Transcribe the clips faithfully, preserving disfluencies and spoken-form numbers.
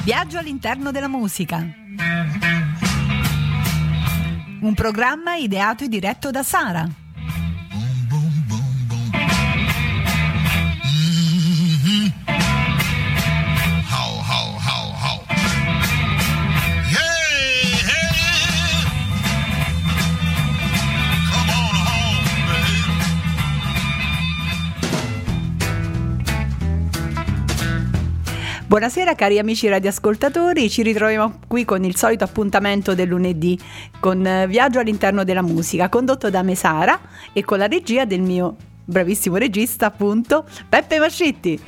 Viaggio all'interno della musica. Un programma ideato e diretto da Sara. Buonasera cari amici radioascoltatori, ci ritroviamo qui con il solito appuntamento del lunedì con Viaggio all'interno della musica, condotto da me Sara e con la regia del mio bravissimo regista appunto Peppe Mascitti.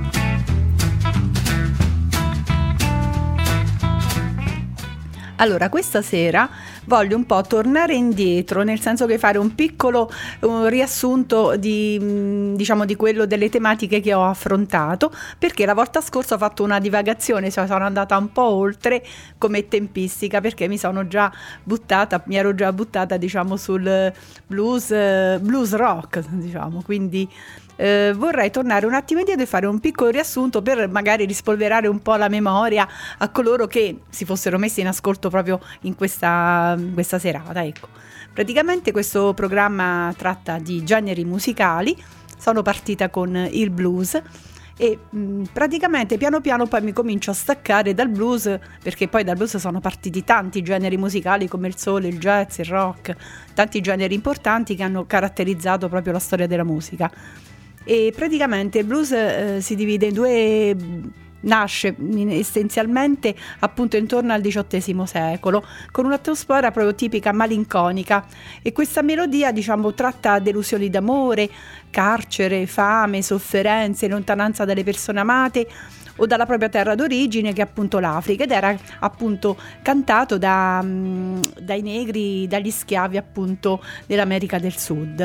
Allora, questa sera voglio un po' tornare indietro, nel senso che fare un piccolo un riassunto di, diciamo, di quello delle tematiche che ho affrontato, perché la volta scorsa ho fatto una divagazione, cioè sono andata un po' oltre come tempistica, perché mi sono già buttata, mi ero già buttata, diciamo, sul blues, blues rock, diciamo, quindi Eh, vorrei tornare un attimo indietro e fare un piccolo riassunto per magari rispolverare un po' la memoria a coloro che si fossero messi in ascolto proprio in questa, in questa serata. Ecco, praticamente questo programma tratta di generi musicali. Sono partita con il blues e mh, praticamente piano piano poi mi comincio a staccare dal blues, perché poi dal blues sono partiti tanti generi musicali come il soul, il jazz, il rock, tanti generi importanti che hanno caratterizzato proprio la storia della musica. E praticamente il blues eh, si divide in due, nasce essenzialmente appunto intorno al diciottesimo secolo con un'atmosfera proprio tipica malinconica, e questa melodia, diciamo, tratta delusioni d'amore, carcere, fame, sofferenze, lontananza dalle persone amate o dalla propria terra d'origine, che è appunto l'Africa, ed era appunto cantato da, mh, dai negri, dagli schiavi appunto dell'America del Sud.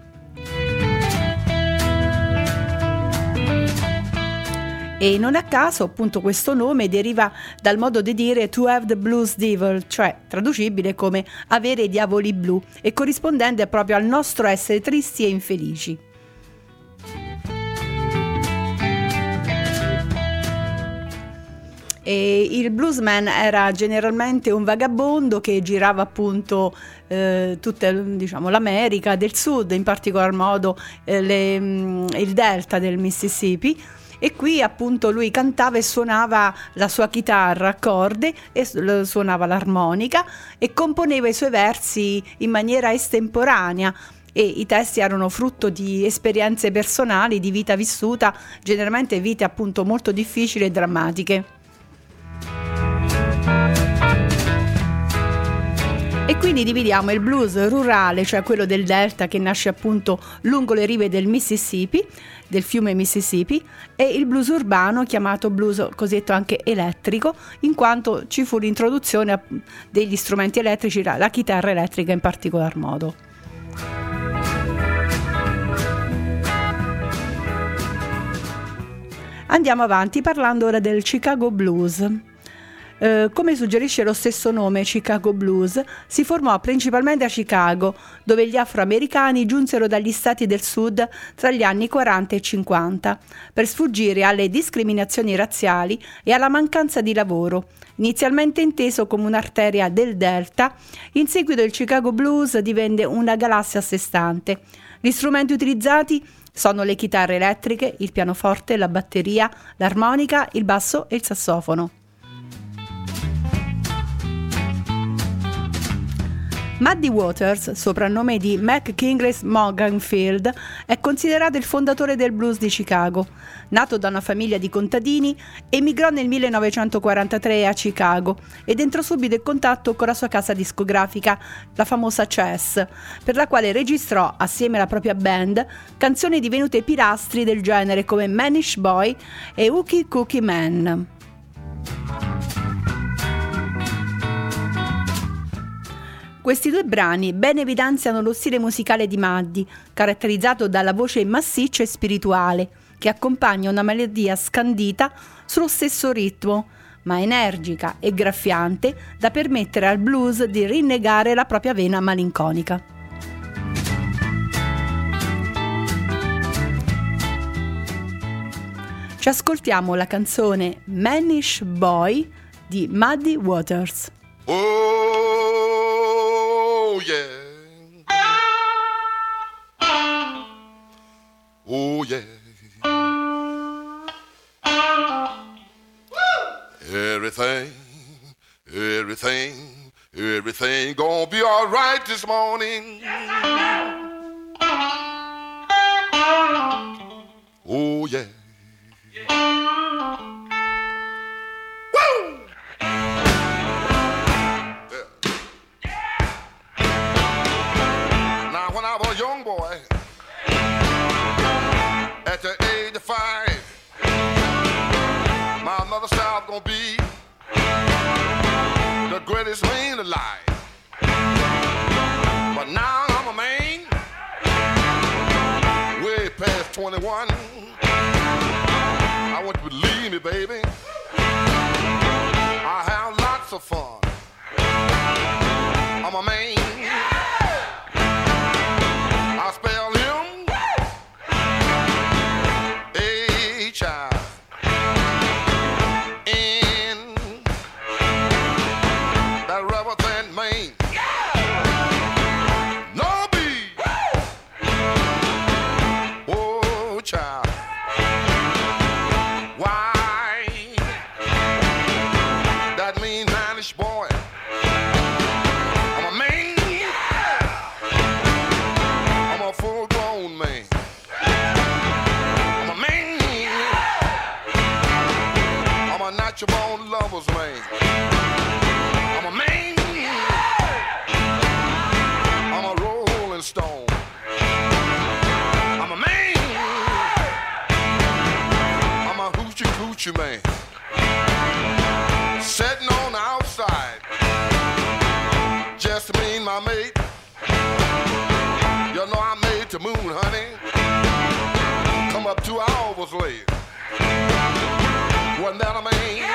E non a caso appunto questo nome deriva dal modo di dire to have the blues devil, cioè traducibile come avere i diavoli blu, e corrispondente proprio al nostro essere tristi e infelici. E il bluesman era generalmente un vagabondo che girava appunto eh, tutta, diciamo, l'America del Sud, in particolar modo eh, le, mh, il delta del Mississippi. E qui appunto lui cantava e suonava la sua chitarra a corde e suonava l'armonica e componeva i suoi versi in maniera estemporanea, e i testi erano frutto di esperienze personali, di vita vissuta, generalmente vite appunto molto difficili e drammatiche. E quindi dividiamo il blues rurale, cioè quello del delta che nasce appunto lungo le rive del Mississippi, del fiume Mississippi, e il blues urbano chiamato blues cosiddetto anche elettrico, in quanto ci fu l'introduzione degli strumenti elettrici, la chitarra elettrica in particolar modo. Andiamo avanti parlando ora del Chicago Blues. Uh, come suggerisce lo stesso nome, Chicago Blues si formò principalmente a Chicago, dove gli afroamericani giunsero dagli stati del sud tra gli anni quaranta e cinquanta per sfuggire alle discriminazioni razziali e alla mancanza di lavoro. Inizialmente inteso come un'arteria del delta, in seguito il Chicago Blues divenne una galassia a sé stante. Gli strumenti utilizzati sono le chitarre elettriche, il pianoforte, la batteria, l'armonica, il basso e il sassofono. Muddy Waters, soprannome di Mac Kingley Morganfield, è considerato il fondatore del blues di Chicago. Nato da una famiglia di contadini, emigrò nel millenovecentoquarantatré a Chicago ed entrò subito in contatto con la sua casa discografica, la famosa Chess, per la quale registrò, assieme alla propria band, canzoni divenute pilastri del genere come Manish Boy e Hooky Cookie Man. Questi due brani ben evidenziano lo stile musicale di Muddy, caratterizzato dalla voce massiccia e spirituale, che accompagna una melodia scandita sullo stesso ritmo, ma energica e graffiante da permettere al blues di rinnegare la propria vena malinconica. Ci ascoltiamo la canzone Manish Boy di Muddy Waters. Oh yeah. Oh yeah. Everything, everything, everything gonna be all right this morning. Oh yeah. Woo! Now when I was a young boy, at the age of five, my mother said I was gonna be the greatest man alive. But now I'm a man, way past twenty-one. I want you to believe me, baby, I have lots of fun. I'm a man, I spell him H I N, that rubber band man. No B, oh child. Why? That mean manish boy. I'm a man. I'm a full grown man. I'm a man. I'm a natural born lover's man. I'm a man. I'm a rolling stone. I'm a man. I'm a hoochie coochie man. Sitting on the outside, just me and my mate. You know I made the moon, honey. Come up two hours late. Wasn't that a man?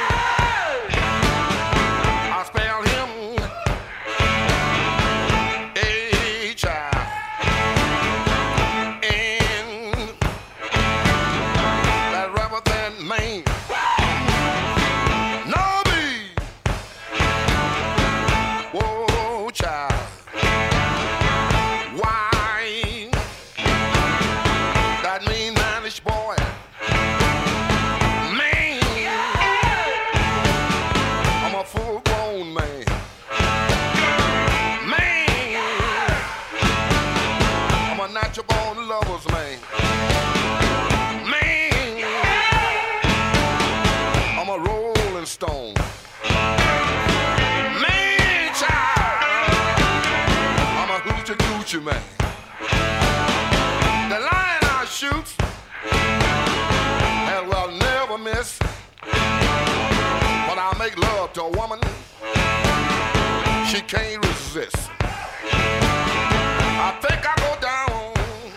I spelled him H I N, that rubber band man. No B, whoa child. Why? That mean manish boy. Man, I'm a full grown man. Man, I'm a natural born lover's man. Man, I'm a rolling stone. Man, child, I'm a hoochie coochie man. The line I shoot, and will never miss. When I make love to a woman, she can't resist. I think I go down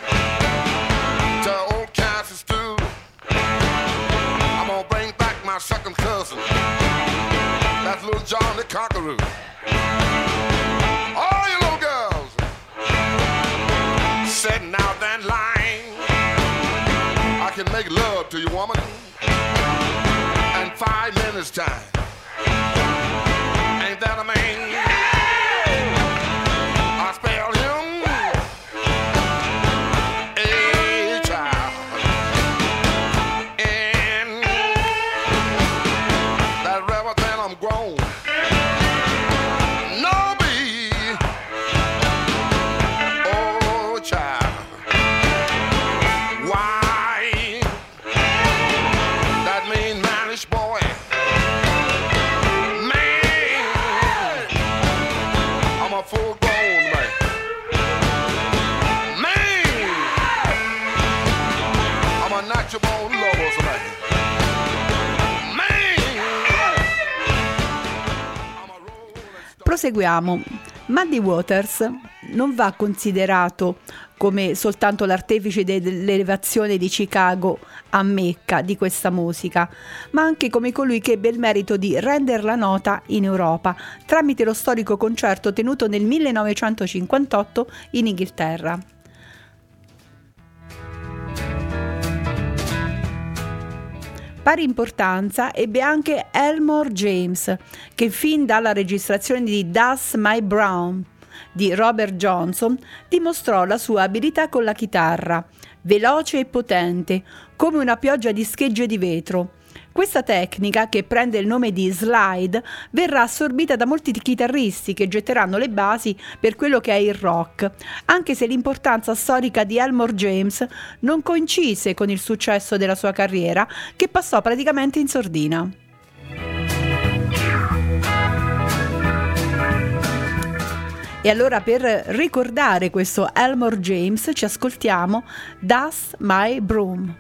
to old Kansas stew. I'm gonna bring back my second cousin, that's little John the Conqueror. All you little girls sitting out that line, I can make love to you, woman, in five minutes time. Ain't that a man? I spelled him H I N, that rubber band I'm grown. No B, oh child. Why? That mean manish boy. Man, I'm a full grown man. Man, I'm a natural born lover's man. Man, I'm a rolling stone. Proseguiamo. Muddy Waters non va considerato come soltanto l'artefice dell'elevazione di Chicago a Mecca di questa musica, ma anche come colui che ebbe il merito di renderla nota in Europa tramite lo storico concerto tenuto nel millenovecentocinquantotto in Inghilterra. Pari importanza ebbe anche Elmore James, che fin dalla registrazione di That's My Brown di Robert Johnson dimostrò la sua abilità con la chitarra, veloce e potente, come una pioggia di schegge di vetro. Questa tecnica, che prende il nome di slide, verrà assorbita da molti chitarristi che getteranno le basi per quello che è il rock, anche se l'importanza storica di Elmore James non coincise con il successo della sua carriera, che passò praticamente in sordina. E allora, per ricordare questo Elmore James, ci ascoltiamo That's My Broom.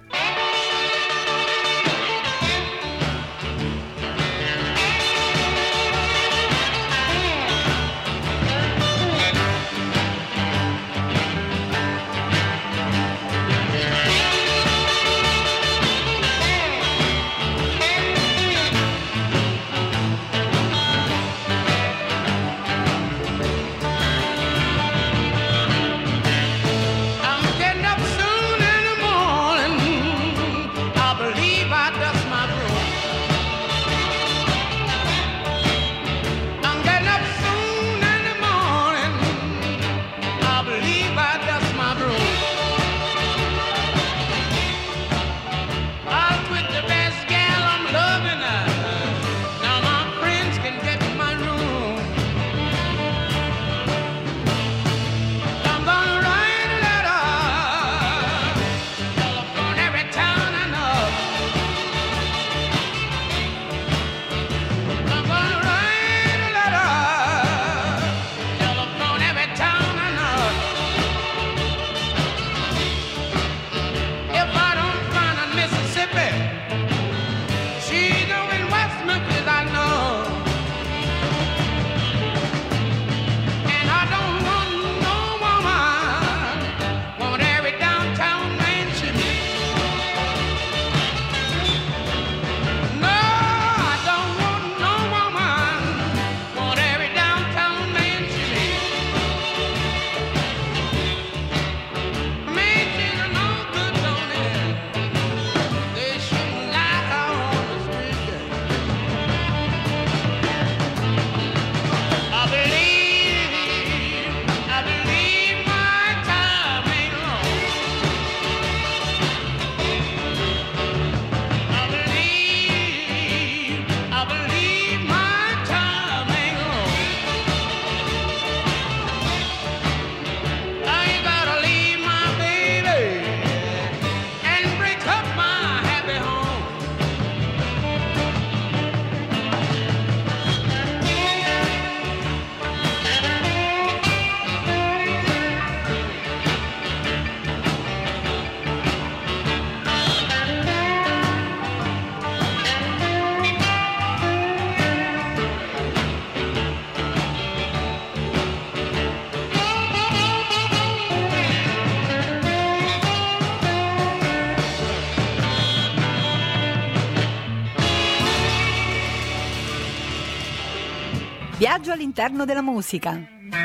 Viaggio all'interno della musica.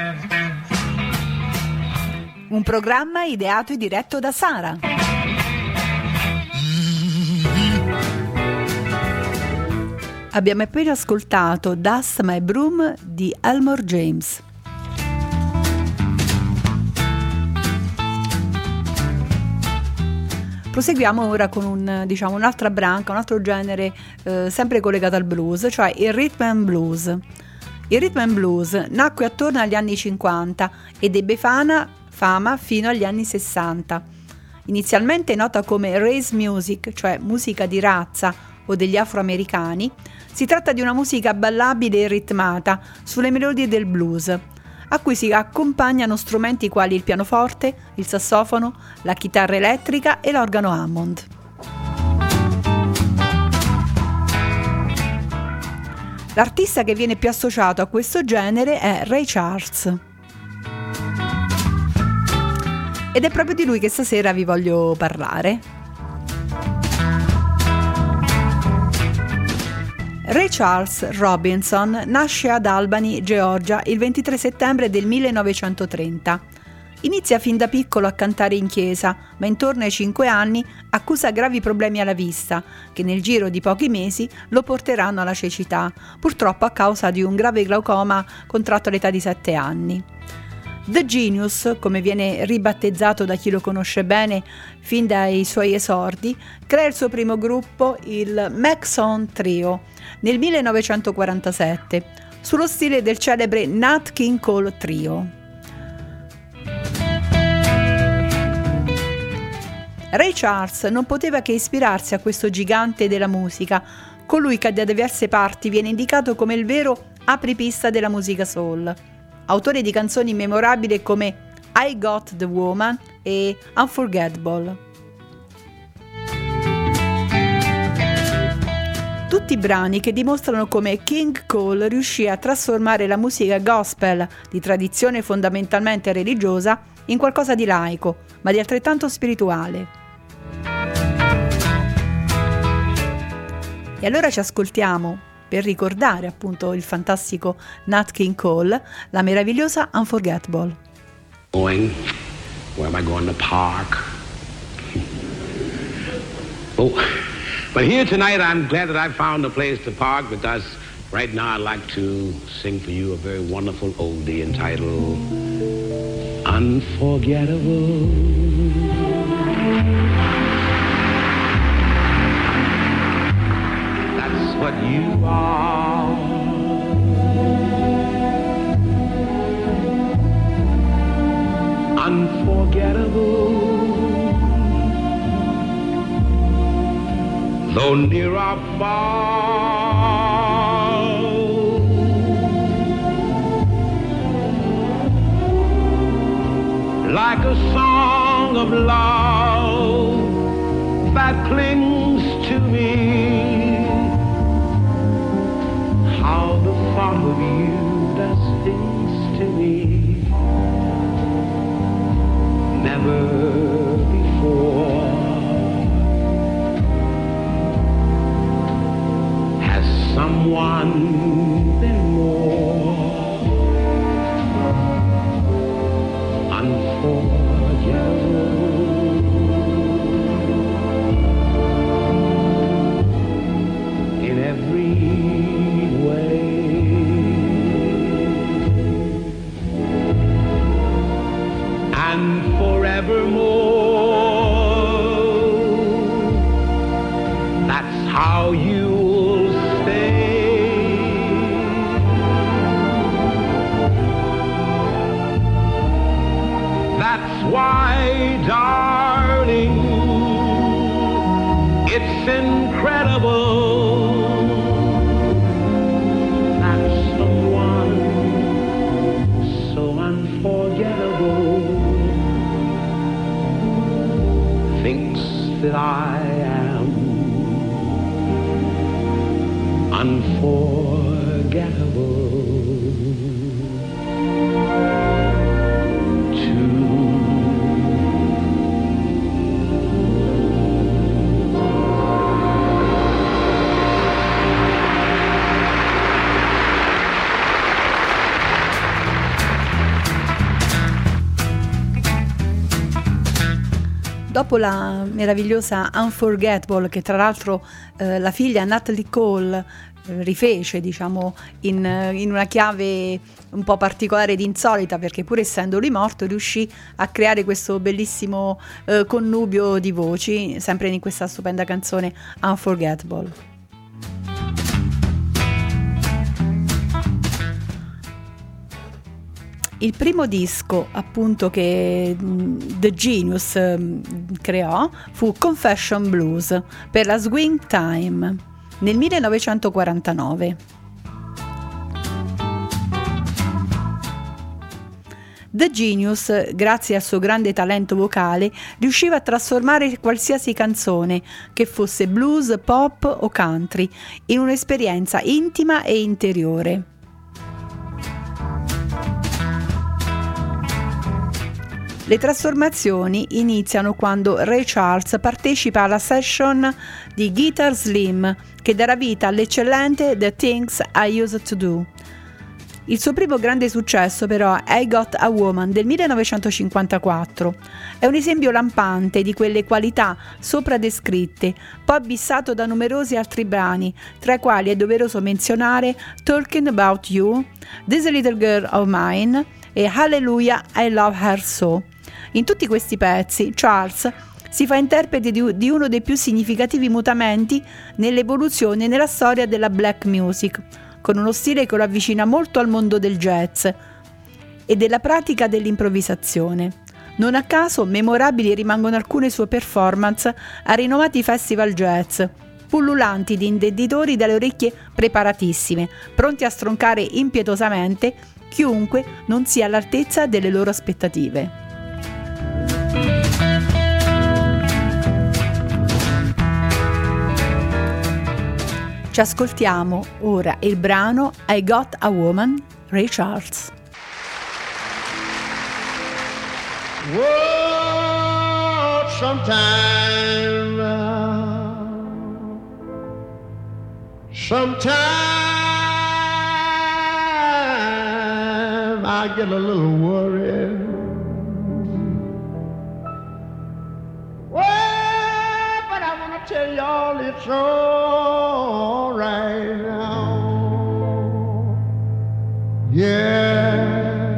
Un programma ideato e diretto da Sara. Abbiamo appena ascoltato That's My Broom di Elmore James. Proseguiamo ora con un, diciamo, un'altra branca, un altro genere eh, sempre collegato al blues, cioè il rhythm and blues. Il rhythm and blues nacque attorno agli anni cinquanta ed ebbe fama, fama fino agli anni sessanta. Inizialmente nota come race music, cioè musica di razza o degli afroamericani, si tratta di una musica ballabile e ritmata sulle melodie del blues, a cui si accompagnano strumenti quali il pianoforte, il sassofono, la chitarra elettrica e l'organo Hammond. L'artista che viene più associato a questo genere è Ray Charles. Ed è proprio di lui che stasera vi voglio parlare. Ray Charles Robinson nasce ad Albany, Georgia, il ventitré settembre del millenovecentotrenta. Inizia fin da piccolo a cantare in chiesa, ma intorno ai cinque anni accusa gravi problemi alla vista, che nel giro di pochi mesi lo porteranno alla cecità, purtroppo a causa di un grave glaucoma contratto all'età di sette anni. The Genius, come viene ribattezzato da chi lo conosce bene fin dai suoi esordi, crea il suo primo gruppo, il Maxon Trio, nel millenovecentoquarantasette, sullo stile del celebre Nat King Cole Trio. Ray Charles non poteva che ispirarsi a questo gigante della musica, colui che da diverse parti viene indicato come il vero apripista della musica soul, autore di canzoni memorabili come I Got the Woman e Unforgettable. Tutti brani che dimostrano come King Cole riuscì a trasformare la musica gospel, di tradizione fondamentalmente religiosa, in qualcosa di laico, ma di altrettanto spirituale. E allora ci ascoltiamo, per ricordare appunto il fantastico Nat King Cole, la meravigliosa Unforgettable. Going? Where am I going? The park? Oh, but here tonight I'm glad that I found a place to park, because right now I'd like to sing for you a very wonderful oldie entitled Unforgettable. That's what you are. Unforgettable. Though near or far, like a song of love that clings to me, how the thought of you does things to me never before has someone been more unforgettable. In every way, and forevermore, that's how you'll stay. That's why, darling, it's incredible that someone so unforgettable thinks that I am unforgettable too. Dopo la meravigliosa Unforgettable, che tra l'altro eh, la figlia Natalie Cole eh, rifece, diciamo, in, in una chiave un po' particolare ed insolita, perché pur essendo lui morto riuscì a creare questo bellissimo eh, connubio di voci, sempre in questa stupenda canzone Unforgettable. Il primo disco appunto che The Genius creò fu Confession Blues per la Swing Time nel millenovecentoquarantanove. The Genius, grazie al suo grande talento vocale, riusciva a trasformare qualsiasi canzone, che fosse blues, pop o country, in un'esperienza intima e interiore. Le trasformazioni iniziano quando Ray Charles partecipa alla session di Guitar Slim, che darà vita all'eccellente The Things I Used to Do. Il suo primo grande successo però è I Got a Woman del millenovecentocinquantaquattro. È un esempio lampante di quelle qualità sopra descritte, poi abissato da numerosi altri brani, tra i quali è doveroso menzionare Talking About You, This Little Girl of Mine e Hallelujah I Love Her So. In tutti questi pezzi Charles si fa interprete di, di uno dei più significativi mutamenti nell'evoluzione e nella storia della black music, con uno stile che lo avvicina molto al mondo del jazz e della pratica dell'improvvisazione. Non a caso memorabili rimangono alcune sue performance a rinomati festival jazz, pullulanti di intenditori dalle orecchie preparatissime, pronti a stroncare impietosamente chiunque non sia all'altezza delle loro aspettative. Ci ascoltiamo ora il brano I Got a Woman, Ray Charles. Whoa, sometime, sometime I get a little worried. Well, but I want to tell y'all it's all right now. Yeah.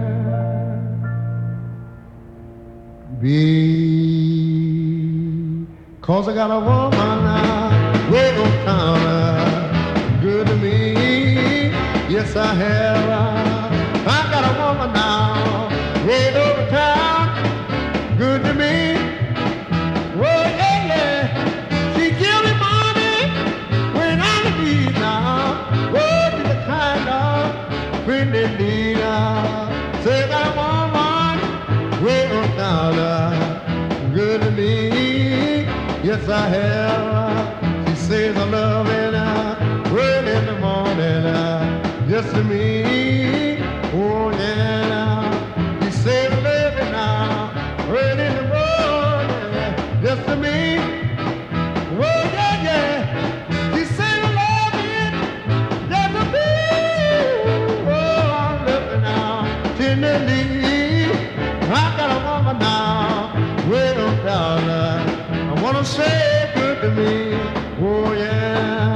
Because I got a woman now, way on town, good to me. Yes, I have. I got a woman now, way over town, good to me. Oh, yeah, yeah. She give me money when I'm in need now. Oh, she's the kind of friend indeed. Say, I got a woman, way on town, good to me. Yes, I have. She says I love it uh, early in the morning, uh, just to me. Oh, yeah. She says I love it now, early in the morning, just to me. Oh, yeah, yeah. She says I love it, just to me. Oh, I'm loving now, tenderly. I got a woman now, way on down. Uh, I wanna say good to me, oh yeah.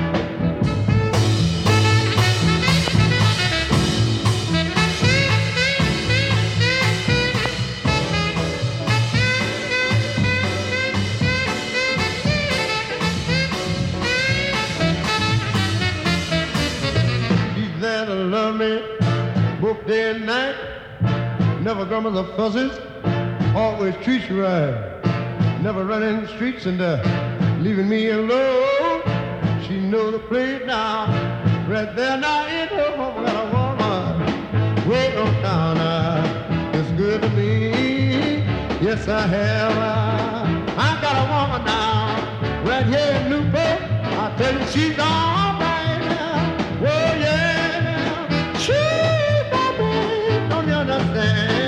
She's there to love me, both day and night. Never grumbles or fusses, always treats you right. Never running the streets and uh, leaving me alone. She knows the place now, right there now in her home. Got a woman way on town now, it's good to me. Yes, I have. Uh, I got a woman now, right here in Newport. I tell you, she's all right now. Oh yeah, she's my baby, don't you understand?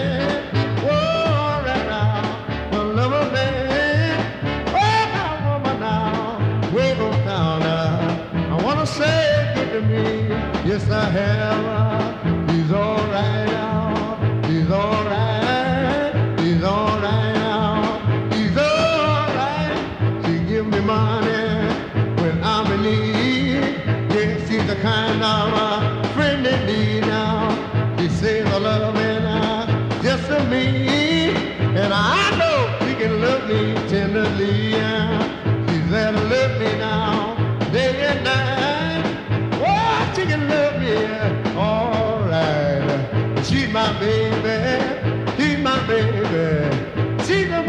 Say good to me, yes I have. He's all right now, he's all right, he's all right now, he's all right. She give me money when I'm in need. Yes, she's the kind of uh, friend in need now. She says I love me now, just to me, and I know she can love me tenderly. Yeah. She's there to love me now, day and night. She can love me, all right. She's my baby, she's my baby. She's my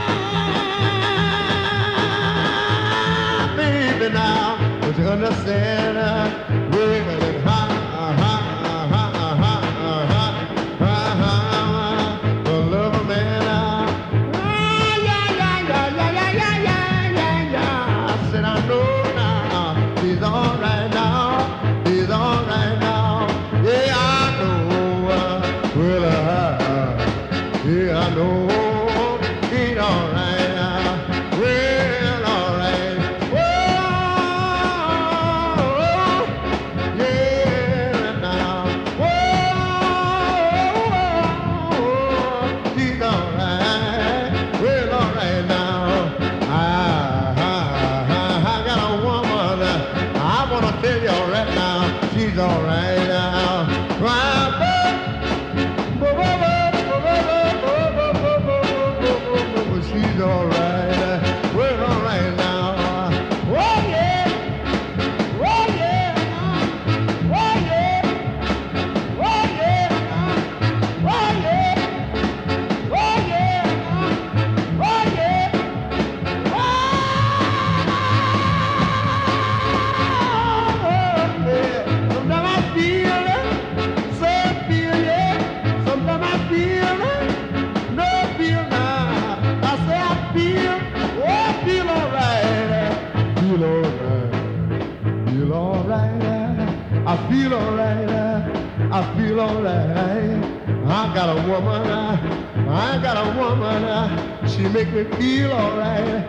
baby now. But you understand, uh, baby, that ha, ha, ha, ha, ha, ha, ha, ha, the love of man now. Ah, yeah, yeah, yeah, yeah, yeah, yeah, yeah. alright. Well, alright now. Oh yeah. Oh yeah. Oh yeah. Oh yeah. Oh yeah. Oh yeah. Oh yeah. Sometimes I feel it, so feel it. Sometimes I feel it, no feel now. I say I feel, oh, I feel alright. Feel alright, feel alright. I feel alright, I feel alright. I got a woman, I got a woman, she make me feel alright.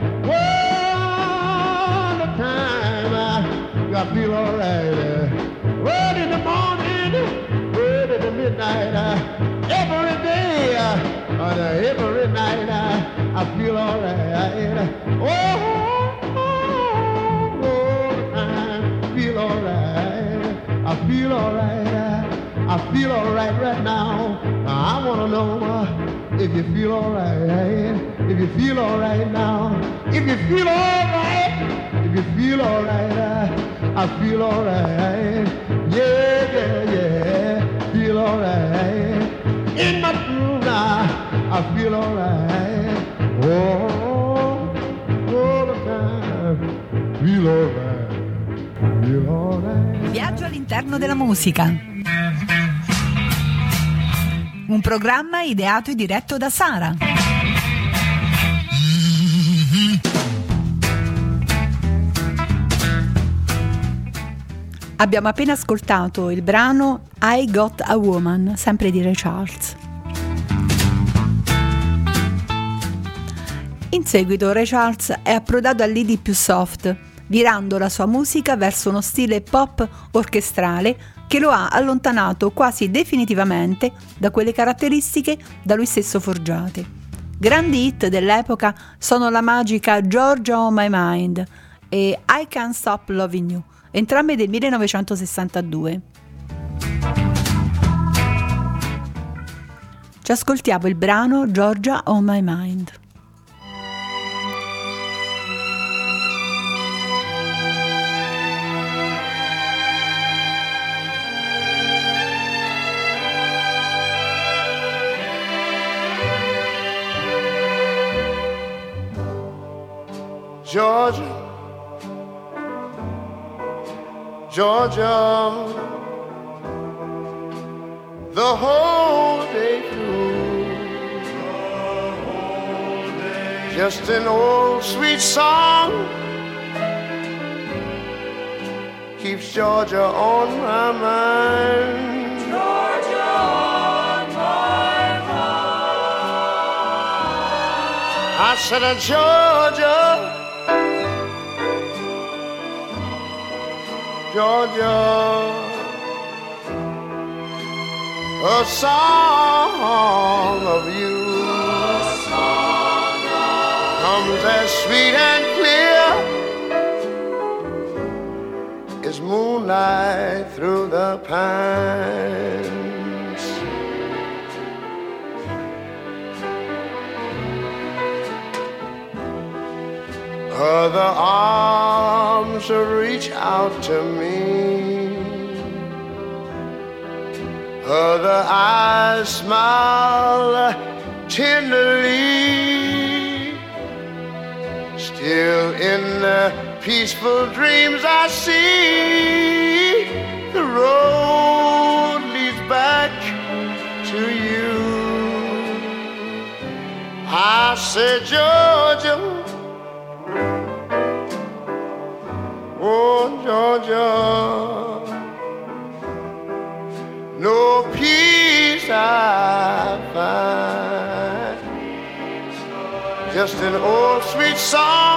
All the time, I feel alright. Word in the morning, word in the midnight, every day, and every night, I feel alright. Oh, all the time, feel alright. I feel alright. I feel alright right now. I wanna know uh, if you feel alright. If you feel alright now. If you feel alright. If you feel alright. Uh, I feel alright. Yeah, yeah, yeah. Feel alright. In my groove now. I feel alright. Oh, all the time. Feel alright. Feel alright. Viaggio all'interno della musica. Un programma ideato e diretto da Sara. Abbiamo appena ascoltato il brano I Got a Woman, sempre di Ray Charles. In seguito Ray Charles è approdato al lidi più soft, virando la sua musica verso uno stile pop orchestrale che lo ha allontanato quasi definitivamente da quelle caratteristiche da lui stesso forgiate. Grandi hit dell'epoca sono la magica Georgia on My Mind e I Can't Stop Loving You, entrambe del millenovecentosessantadue. Ci ascoltiamo il brano Georgia on My Mind. Georgia, Georgia, the whole day through, the whole day. Just an old sweet song keeps Georgia on my mind. Georgia on my mind. I said, uh, Georgia, Georgia, a song of you, a song of comes as sweet and clear as moonlight through the pines. Other arms reach out to me, other eyes smile tenderly. Still in the peaceful dreams I see, the road leads back to you. I said, Georgia, oh, Georgia, no peace I find, just an old sweet song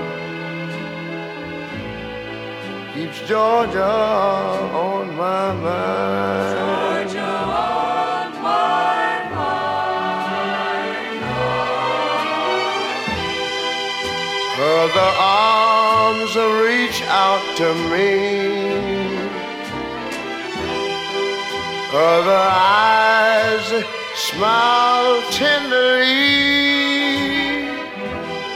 keeps Georgia on my mind. Georgia on my mind. Other arms reach out to me, other eyes smile tenderly.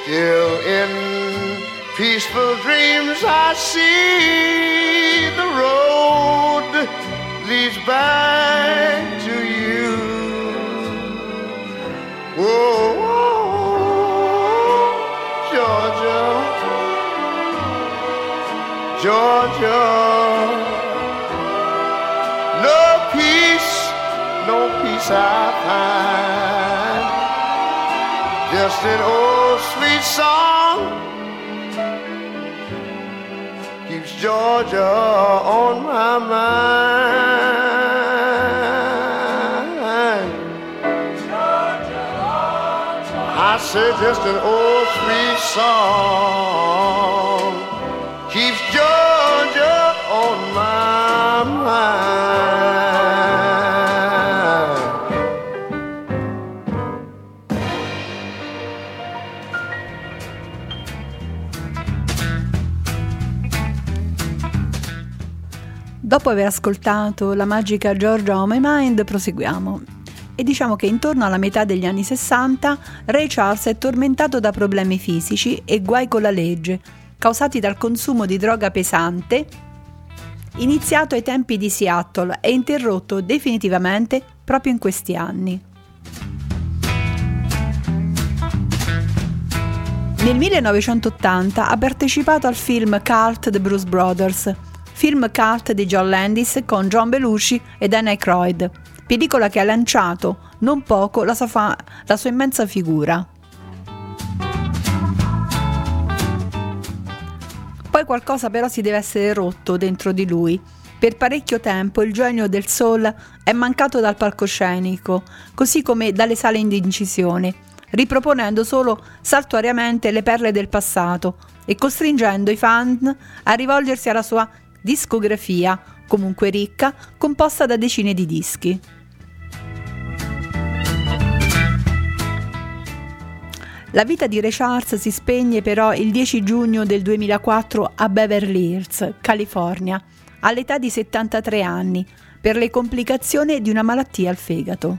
Still in peaceful dreams I see the road leads back to you. Oh, oh, Georgia, Georgia, no peace, no peace I find. Just an old sweet song keeps Georgia on my mind. Georgia on my I say just an old sweet song keeps Georgia on my mind. Dopo aver ascoltato la magica Georgia on My Mind, proseguiamo. E diciamo che intorno alla metà degli anni sessanta Ray Charles è tormentato da problemi fisici e guai con la legge, causati dal consumo di droga pesante, iniziato ai tempi di Seattle e interrotto definitivamente proprio in questi anni. Nel millenovecentottanta ha partecipato al film Cult The Blues Brothers, film cult di John Landis con John Belushi e Dan Aykroyd, pellicola che ha lanciato non poco la sua, fa- la sua immensa figura. Poi qualcosa però si deve essere rotto dentro di lui. Per parecchio tempo il genio del soul è mancato dal palcoscenico, così come dalle sale di incisione, riproponendo solo saltuariamente le perle del passato e costringendo i fan a rivolgersi alla sua discografia, comunque ricca, composta da decine di dischi. La vita di Ray Charles si spegne però il dieci giugno del duemilaquattro a Beverly Hills, California, all'età di settantatré anni, per le complicazioni di una malattia al fegato.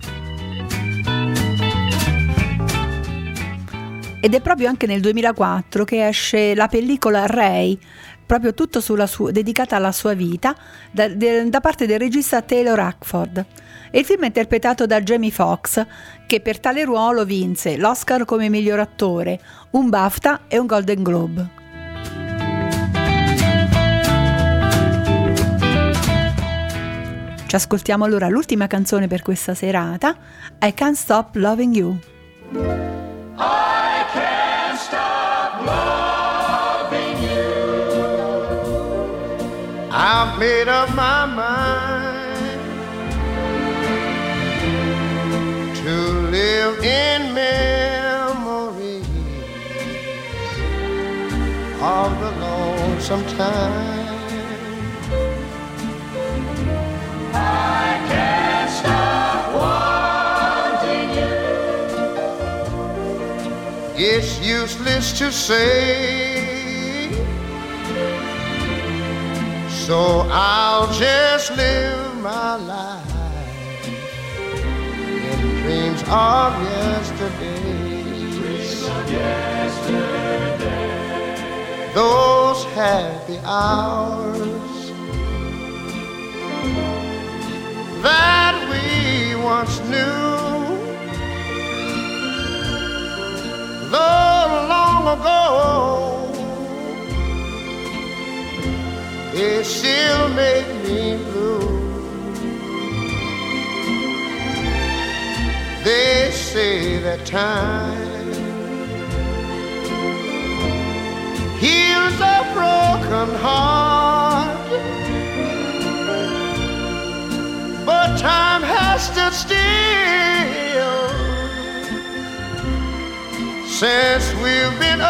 Ed è proprio anche nel duemilaquattro che esce la pellicola Ray, proprio tutto sulla sua, dedicata alla sua vita, da, de, da parte del regista Taylor Hackford. E il film è interpretato da Jamie Foxx, che per tale ruolo vinse l'Oscar come miglior attore, un BAFTA e un Golden Globe. Ci ascoltiamo allora l'ultima canzone per questa serata, I Can't Stop Loving You. I can't stop loving you. I've made up my mind to live in memories of the lonesome time. I can't stop wanting you. It's useless to say, so I'll just live my life in dreams of yesterday. Dreams of yesterday. Those happy hours that we once knew, though long ago, it still make me blue. They say that time heals a broken heart, but time has stood still since we've been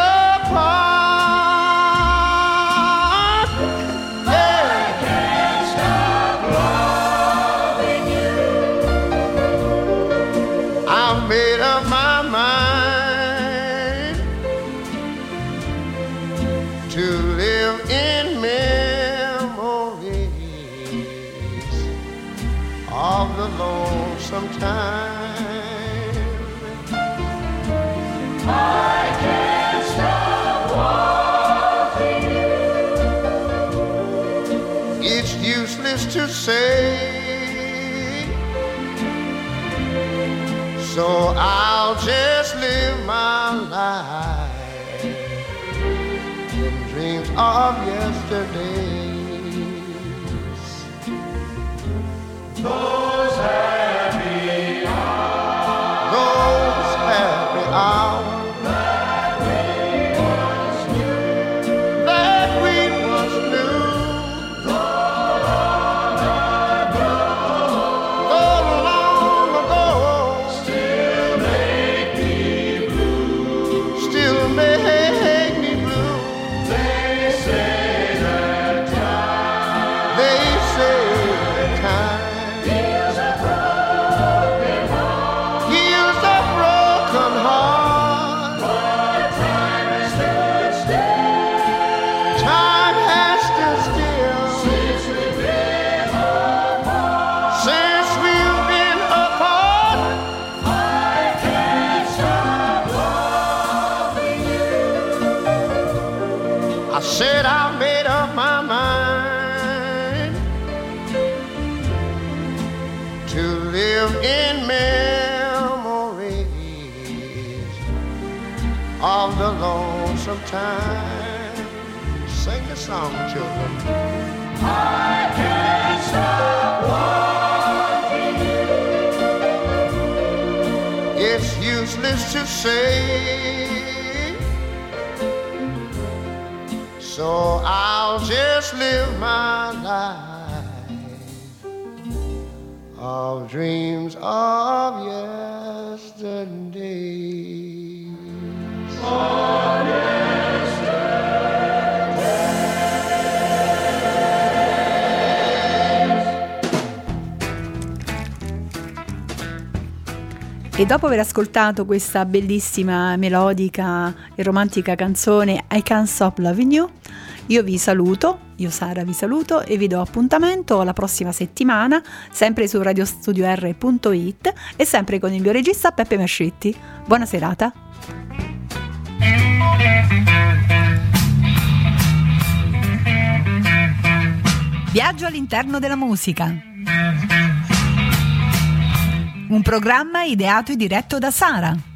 apart. Yeah. I can't stop loving you. I've made up my mind to live in memories of the lonesome time. I can't say. So I'll just live my life in dreams of yesterdays. Those happy hours, Those happy hours that we once knew, that we once knew. though long ago, Oh, long ago, still make me blue. still make me blue. They say that time They say that time heals a broken heart, heals a broken heart. but time has stood still Time has stood still since we've been apart. since we've been apart. I can't stop loving you. I said I made up my mind to live in memories of the lonesome time. Sing the song, children. I can't stop wanting you. It's useless to say, so I'll just live my life of dreams of yesterday. E dopo aver ascoltato questa bellissima, melodica e romantica canzone I Can't Stop Loving You, io vi saluto, io Sara vi saluto e vi do appuntamento la prossima settimana, sempre su radiostudio erre punto it e sempre con il mio regista Peppe Mascetti. Buona serata. Viaggio all'interno della musica. Un programma ideato e diretto da Sara.